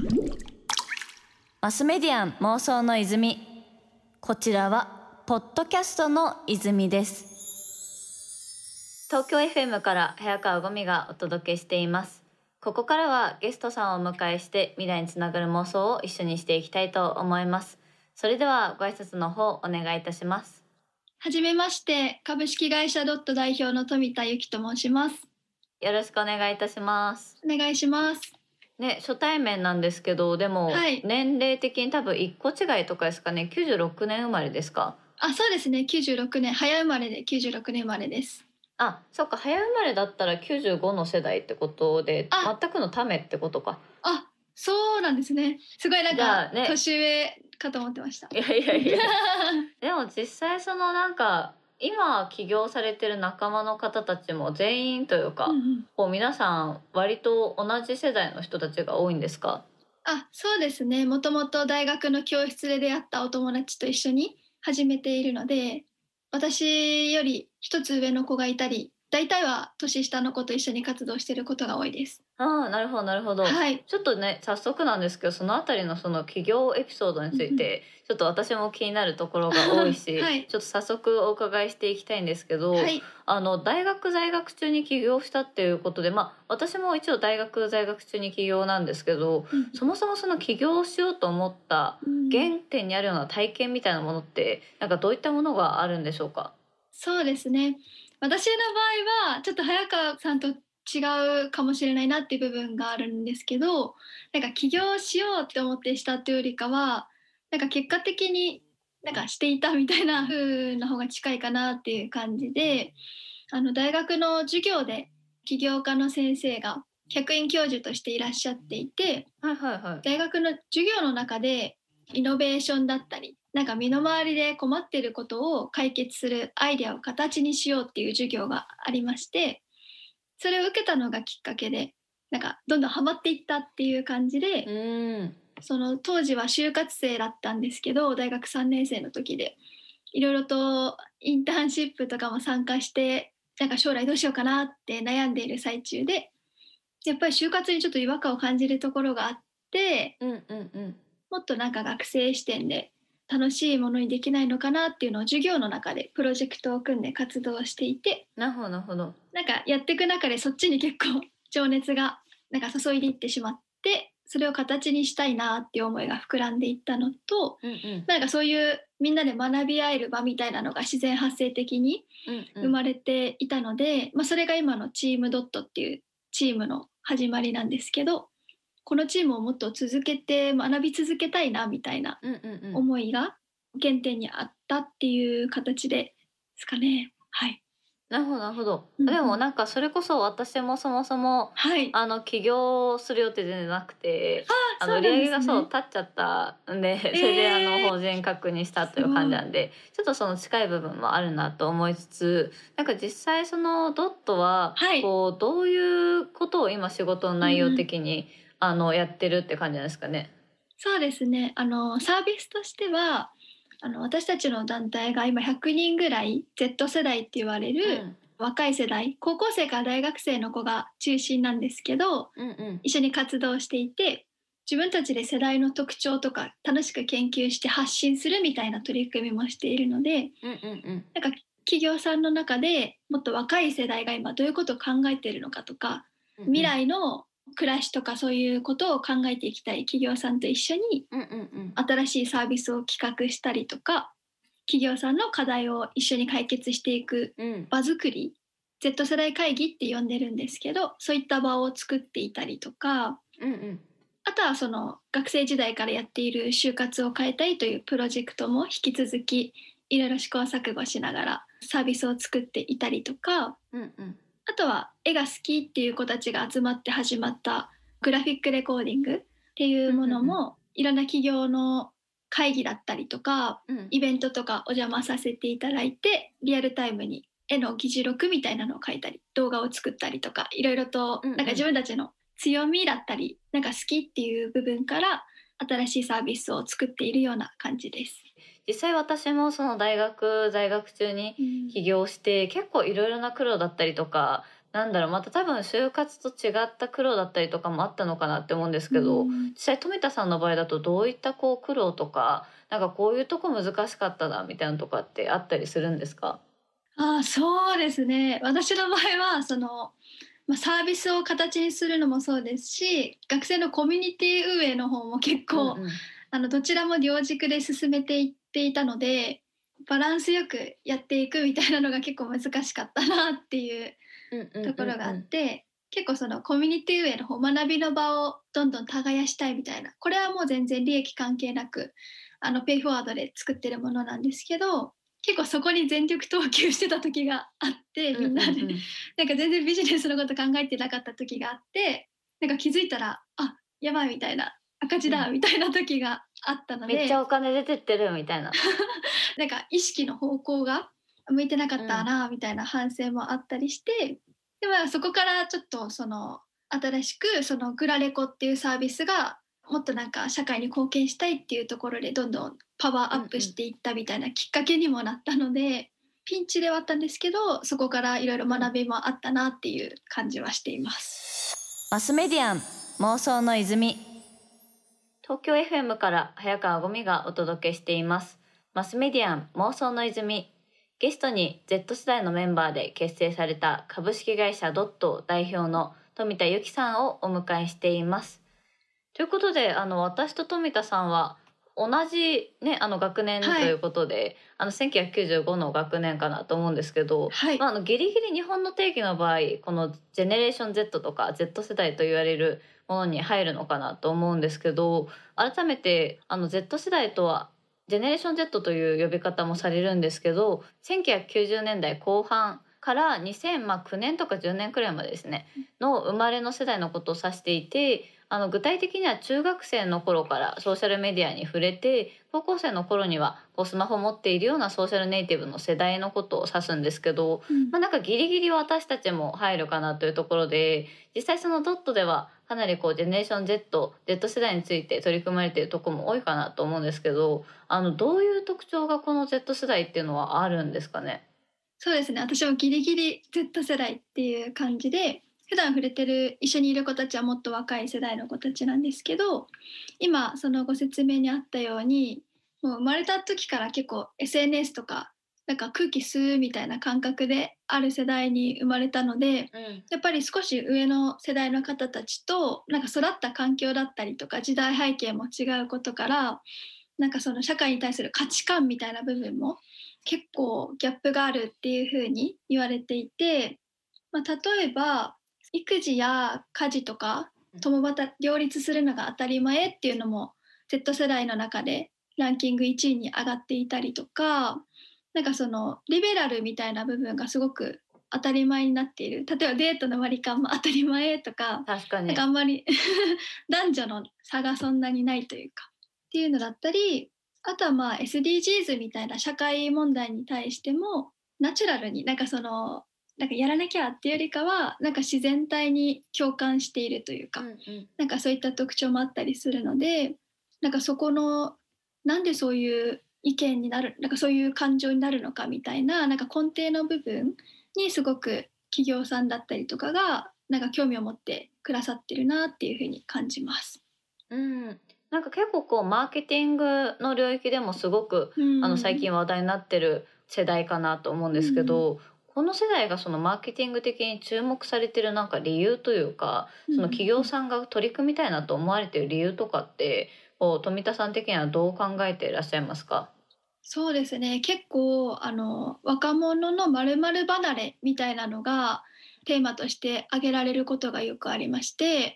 マスメディアン妄想の泉。こちらはポッドキャストの泉です。東京 FM から早川ゴミがお届けしています。ここからはゲストさんをお迎えして未来につながる妄想を一緒にしていきたいと思います。それではご挨拶の方お願いいたします。 はじめまして、株式会社ドット代表の富田由紀と申します。 よろしくお願いいたします。 お願いします。 ね、初対面なんですけど、でも、 はい、 年齢的に多分1個違いとかですかね。96年生まれですか？ そうですね。96年、早生まれで96年生まれです。 あ、そっか、早生まれだったら95の世代ってことで、 あ、 全くのためってことか。 そうなんですね。すごいなんか、 ね、 年上かと思ってました。 いやいやいやでも実際そのなんか今起業されてる仲間の方たちも全員というか、こう皆さん割と同じ世代の人たちが多いんですか？ そうですね。もともと大学の教室で出会ったお友達と一緒に始めているので、私より一つ上の子がいたり、大体は年下の子と一緒に活動していることが多いです。 なるほどなるほど。 はい。 ちょっとね、早速なんですけど、そのあたりのその起業エピソードについて、ちょっと私も気になるところが多いし、 はい。 ちょっと早速お伺いしていきたいんですけど、 はい。 大学在学中に起業したっていうことで、私も一応大学在学中に起業なんですけど、そもそもその起業しようと思った原点にあるような体験みたいなものって、なんかどういったものがあるんでしょうか？ そうですね。私の場合はちょっと早川さんと違うかもしれないなっていう部分があるんですけど、なんか起業しようって思ってしたっていうよりかは、なんか結果的になんかしていたみたいな風な方が近いかなっていう感じで、大学の授業で起業家の先生が客員教授としていらっしゃっていて、 はいはいはい。 大学の授業の中でイノベーションだったり、なんか身の回りで困っていることを解決するアイデアを形にしようっていう授業がありまして、それを受けたのがきっかけで、なんかどんどんハマっていったっていう感じで、その当時は就活生だったんですけど、大学3年生の時で、いろいろとインターンシップとかも参加して、なんか将来どうしようかなって悩んでいる最中で、やっぱり就活にちょっと違和感を感じるところがあって、もっとなんか学生視点で楽しいものにできないのかなっていうのを授業の中でプロジェクトを組んで活動していて、 なるほどなるほど。 なんかやっていく中でそっちに結構情熱がなんか注いでいってしまって、それを形にしたいなっていう思いが膨らんでいったのと、なんかそういうみんなで学び合える場みたいなのが自然発生的に生まれていたので、それが今のチームドットっていうチームの始まりなんですけど、このチームをもっと続けて学び続けたいなみたいな思いが原点にあったっていう形ですかね。はい。 なるほどなるほど。でもなんかそれこそ私もそもそもはい。 起業する予定全然なくて、 そう売り上げがなんですね。 立っちゃったんで、それで法人確認したという感じすごい。 なんで、ちょっとその近い部分もあるなと思いつつ、なんか実際そのドットははい。 こうどういうことを今仕事の内容的にやってるって感じなんですかね。 そうですね。サービスとしては、私たちの団体が今100人ぐらい Z 世代って言われる若い世代、高校生から大学生の子が中心なんですけど、一緒に活動していて、自分たちで世代の特徴とか楽しく研究して発信するみたいな取り組みもしているので、なんか企業さんの中でもっと若い世代が今どういうことを考えているのかとか、未来の暮らしとかそういうことを考えていきたい企業さんと一緒に新しいサービスを企画したりとか、企業さんの課題を一緒に解決していく場作り、Z 世代会議って呼んでるんですけど、そういった場を作っていたりとか、あとはその学生時代からやっている就活を変えたいというプロジェクトも引き続きいろいろ試行錯誤しながらサービスを作っていたりとか、あとは絵が好きっていう子たちが集まって始まったグラフィックレコーディングっていうものも、いろんな企業の会議だったりとか、イベントとかお邪魔させていただいて、リアルタイムに絵の議事録みたいなのを書いたり、動画を作ったりとか、いろいろとなんか自分たちの強みだったり、なんか好きっていう部分から新しいサービスを作っているような感じです。 実際私もその大学在学中に起業して、結構いろいろな苦労だったりとかなんだろう、また多分就活と違った苦労だったりとかもあったのかなって思うんですけど、実際富田さんの場合だとどういったこう苦労とか、なんかこういうとこ難しかったなみたいなのとかってあったりするんですか？ そうですね。私の場合はサービスを形にするのもそうですし、学生のコミュニティ運営の方も結構、 うんうんどちらも両軸で進めていっていたので、バランスよくやっていくみたいなのが結構難しかったなっていううんうんところがあっうんうんて、結構そのコミュニティ運営の方、学びの場をどんどん耕したいみたいな、これはもう全然利益関係なく、ペイフォワードで作ってるものなんですけど、結構そこに全力投球してた時があって、 うんうんみんなで、 うん。 なんか全然ビジネスのこと考えてなかった時があって、なんか気づいたら、あ、やばいみたいな、赤字うん。 だみたいな時があったのめっちゃで、 お金出てってるみたいな。 なんか意識の方向が向いてなかったうん。 なみたいな反省もあったりして、でそこからちょっと新しくそのグラレコっていうサービスがもっとなんか社会に貢献したいっていうところでどんどんパワーアップしうんうんていったみたいなきっかけにもなったので、ピンチではあったんですけど、そこからいろいろうん。 学びもあったなっていう感じはしています。 マスメディアン妄想の泉、東京 FM から早川ゴミがお届けしています。マスメディアン妄想の泉。ゲストに Z 世代のメンバーで結成された株式会社ドット代表の富田由紀さんをお迎えしています。ということで、私と富田さんは同じね、学年というはい。 ことで、1995の学年かなと思うんですけど、 はい。 ギリギリ日本の定義の場合、このジェネレーション Z とか Z 世代と言われるものに入るのかなと思うんですけど、改めてZ 世代とはジェネレーション Z という呼び方もされるんですけど、1990年代後半から2009年とか10年くらいまでですねの生まれの世代のことを指していて、具体的には中学生の頃からソーシャルメディアに触れて、高校生の頃にはこうスマホを持っているようなソーシャルネイティブの世代のことを指すんですけど、 うん。 なんかギリギリ私たちも入るかなというところで、実際そのドットではかなりこうジェネレーション Z 世代について取り組まれているところも多いかなと思うんですけど、どういう特徴がこの Z 世代っていうのはあるんですかね？ そうですね、私もギリギリ Z 世代っていう感じで、普段触れてる一緒にいる子たちはもっと若い世代の子たちなんですけど、今そのご説明にあったように、もう生まれた時から結構 SNS とか、なんか空気吸うみたいな感覚である世代に生まれたので、 うん。 やっぱり少し上の世代の方たちと、なんか育った環境だったりとか時代背景も違うことから、なんかその社会に対する価値観みたいな部分も結構ギャップがあるっていう風に言われていて、例えば育児や家事とか共働き両立するのが当たり前っていうのも Z 世代の中でランキング1位に上がっていたりとか、なんかそのリベラルみたいな部分がすごく当たり前になっている。例えばデートの割り勘も当たり前とか、なんかあ確かに。 んまり男女の差がそんなにないというかっていうのだったり、あとはSDGs みたいな社会問題に対してもナチュラルになんかやらなきゃっていうよりかはなんか自然体に共感しているというか、 うんうん。 なんかそういった特徴もあったりするので、なんかそこのなんでそういう意見になる、なんかそういう感情になるのかみたいな、なんか根底の部分にすごく企業さんだったりとかがなんか興味を持ってくださってるなっていうふうに感じます。 うん、なんか結構こうマーケティングの領域でもすごくうん。 最近話題になってる世代かなと思うんですけうんうん。 ど、この世代がそのマーケティング的に注目されてるなんか理由というか、 うんうんその企業うん。 さんが取り組みたいなと思われてる理由とかって、こう富田さん的にはどう考えていらっしゃいますか？ そうですね。結構若者の〇〇離れみたいなのがテーマとして挙げられることがよくありまして、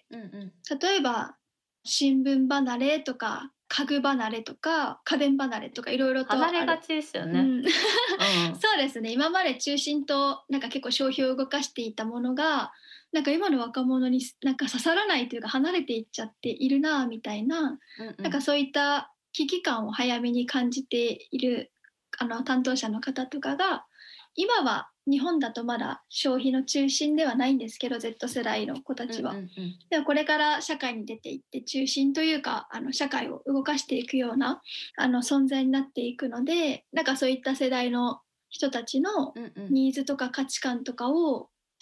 うんうん。 例えば新聞離れとか家具離れとか家電離れとかいろいろとある。 離れがちですよね。 うん。 うん。 そうですね。今まで中心となんか結構消費を動かしていたものが、なんか今の若者になんか刺さらないというか離れていっちゃっているなみたいな、 うんうん。 なんかそういった危機感を早めに感じている担当者の方とかが、今は日本だとまだ消費の中心ではないんですけど、Z 世代の子たうんうちは。 んうん。 でもこれから社会に出ていって中心というか、社会を動かしていくような存在になっていくので、なんかそういった世代の人たちのうんうん。 ニーズとか価値観とかを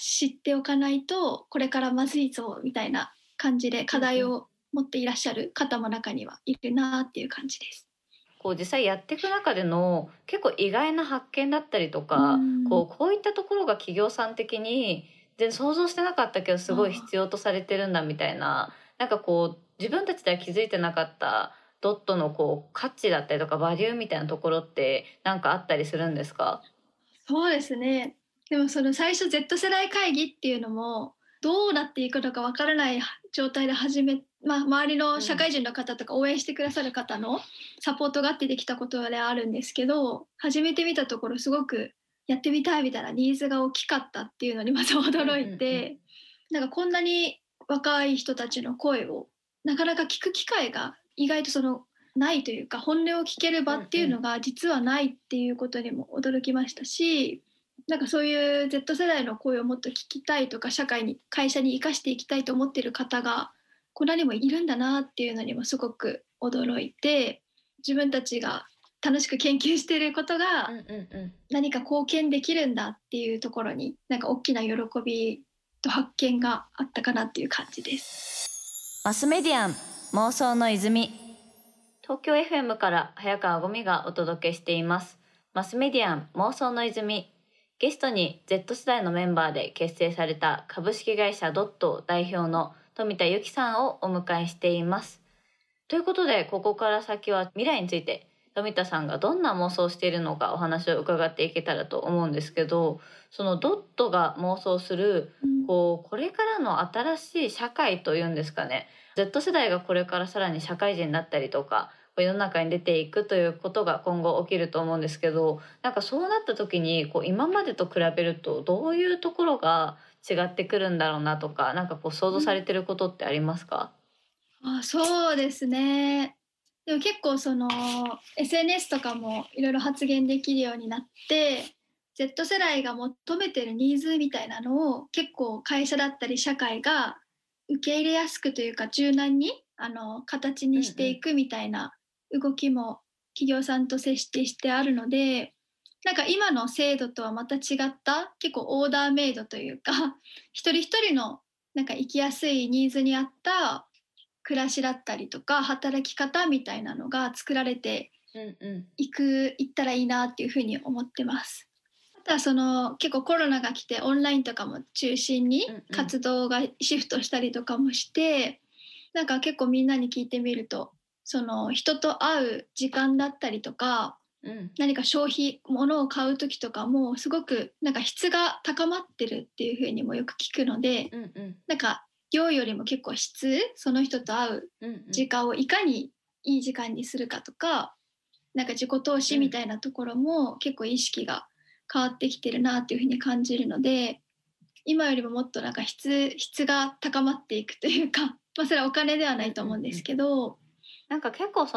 知っておかないとこれからまずいぞみたいな感じで課題を持っていらっしゃる方も中にはいるなっていう感じです。 こう実際やっていく中での結構意外な発見だったりとうか、 んこういったところが企業さん的に全然想像してなかったけどすごい必要とされてるんだみたいな、なんかこう自分たちでは気づいてなかったドットのこう価値だったりとかバリューみたいなところってなんかあったりするんですか？ そうですね。でもその最初 Z 世代会議っていうのもどうなっていくのかわからない状態で周りの社会人の方とか応援してくださる方のサポートがあってできたことであるんですけど、始めてみたところすごくやってみたいみたいなニーズが大きかったっていうのにまず驚いて、なんかこんなに若い人たちの声をなかなか聞く機会が意外とないというか、本音を聞ける場っていうのが実はないっていうことにも驚きましたし、なんかそういう Z 世代の声をもっと聞きたいとか、会社に生かしていきたいと思っている方がこんなにもいるんだなっていうのにもすごく驚いて、自分たちが楽しく研究していることが何か貢献できるんだっていうところになんか大きな喜びと発見があったかなっていう感じです。 マスメディアン妄想の泉、東京 FM から早川ゴミがお届けしていますマスメディアン妄想の泉。ゲストに Z 世代のメンバーで結成された株式会社ドット代表の富田由紀さんをお迎えしています。ということでここから先は未来について富田さんがどんな妄想をしているのかお話を伺っていけたらと思うんですけど、そのドットが妄想するこれからの新しい社会というんですかね、 Z 世代がこれからさらに社会人になったりとか世の中に出ていくということが今後起きると思うんですけど、なんかそうなった時に今までと比べるとどういうところが違ってくるんだろうなとか、なんか想像されてることってありますか？ そうですね。でも結構SNS とかもいろいろ発言できるようになって、Z 世代が求めてるニーズみたいなのを結構会社だったり社会が受け入れやすくというか、柔軟に形にしていくみたいな動きも企業さんと接してあるので、なんか今の制度とはまた違った結構オーダーメイドというか、一人一人のなんか生きやすいニーズに合った暮らしだったりとか働き方みたいなのが作られていったらいいなっていうふうに思ってます。あとは結構コロナが来てオンラインとかも中心に活動がシフトしたりとかもして、なんか結構みんなに聞いてみると、人と会う時間だったりとか、何か物を買う時とかもすごくなんか質が高まってるっていうふうにもよく聞くので、なんか量よりも結構その人と会う時間をいかにいい時間にするかとか、なんか自己投資みたいなところも結構意識が変わってきてるなっていうふうに感じるので、今よりももっとなんか質が高まっていくというか、それはお金ではないと思うんですけど、 なんか結構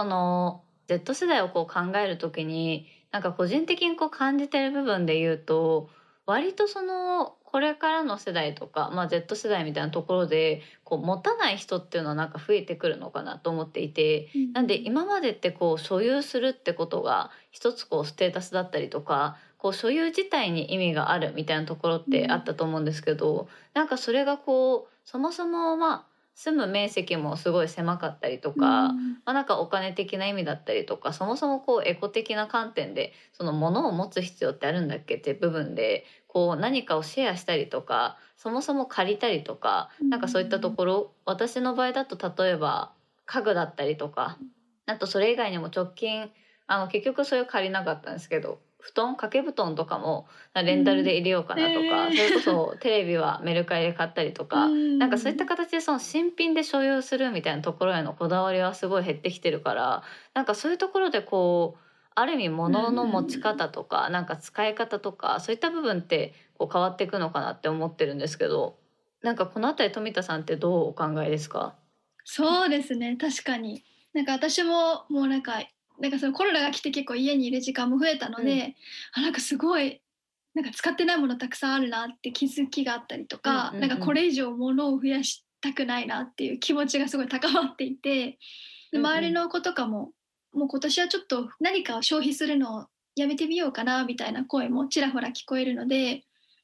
Z 世代を考えるときになんか個人的に感じてる部分で言うと、割とこれからの世代とか、Z 世代みたいなところで持たない人っていうのはなんか増えてくるのかなと思っていて、なんで今までって所有するってことが一つステータスだったりとか、所有自体に意味があるみたいなところってあったと思うんですけど、なんかそれがそもそも住む面積もすごい狭かったりとか、なんかお金的な意味だったりとか、そもそもエコ的な観点で物を持つ必要ってあるんだっけっていう部分で何かをシェアしたりとか、そもそも借りたりとか、なんかそういったところ、私の場合だと例えば家具だったりとか、あとそれ以外にも直近結局それを借りなかったんですけど、掛け布団とかもレンタルで入れようかなとか、それこそテレビはメルカリで買ったりとか、なんかそういった形で新品で所有するみたいなところへのこだわりはすごい減ってきてるから、なんかそういうところである意味物の持ち方とか、なんか使い方とかそういった部分って変わっていくのかなって思ってるんですけど、なんかこのあたり富田さんってどうお考えですか？ そうですね、確かに。なんか私ももうそのコロナが来て結構家にいる時間も増えたので、なんかすごいなんか使ってないものたくさんあるなって気づきがあったりとか、なんかこれ以上物を増やしたくないなっていう気持ちがすごい高まっていて、で周りの子とかも、もう今年はちょっと何かを消費するのをやめてみようかなみたいな声もちらほら聞こえるので、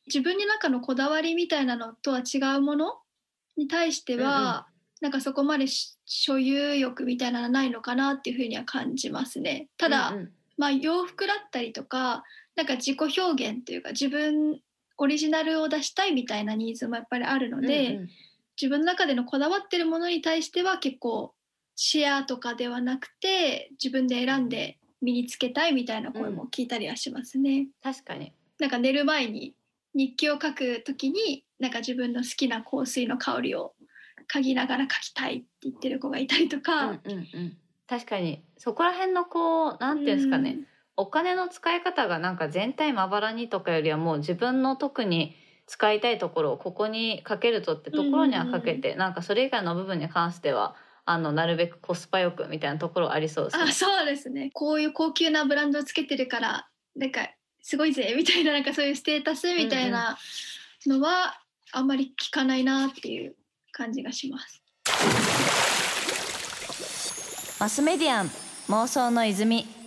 自分の中のこだわりみたいなのとは違うものに対しては、なんかそこまで所有欲みたいなのはないのかなっていうふうには感じますね。ただ、まあ洋服だったりとか、なんか自己表現というか自分オリジナルを出したいみたいなニーズもやっぱりあるので、自分の中でのこだわってるものに対しては結構シェアとかではなくて自分で選んで身につけたいみたいな声も聞いたりはしますね。 確かに。 なんか寝る前に日記を書くときになんか自分の好きな香水の香りを嗅ぎながら書きたいって言ってる子がいたりとか、 確かにそこら辺のこうなんていうんですかね、お金の使い方がなんか全体まばらにとかよりはもう自分の特に使いたいところをここにかけるとってところにはかけて、なんかそれ以外の部分に関してはなるべくコスパよくみたいなところありそうですね。 そうですね。こういう高級なブランドをつけてるからなんかすごいぜみたいな、なんかそういうステータスみたいなのはあんまり聞かないなっていう感じがします。 マスメディアン妄想の泉。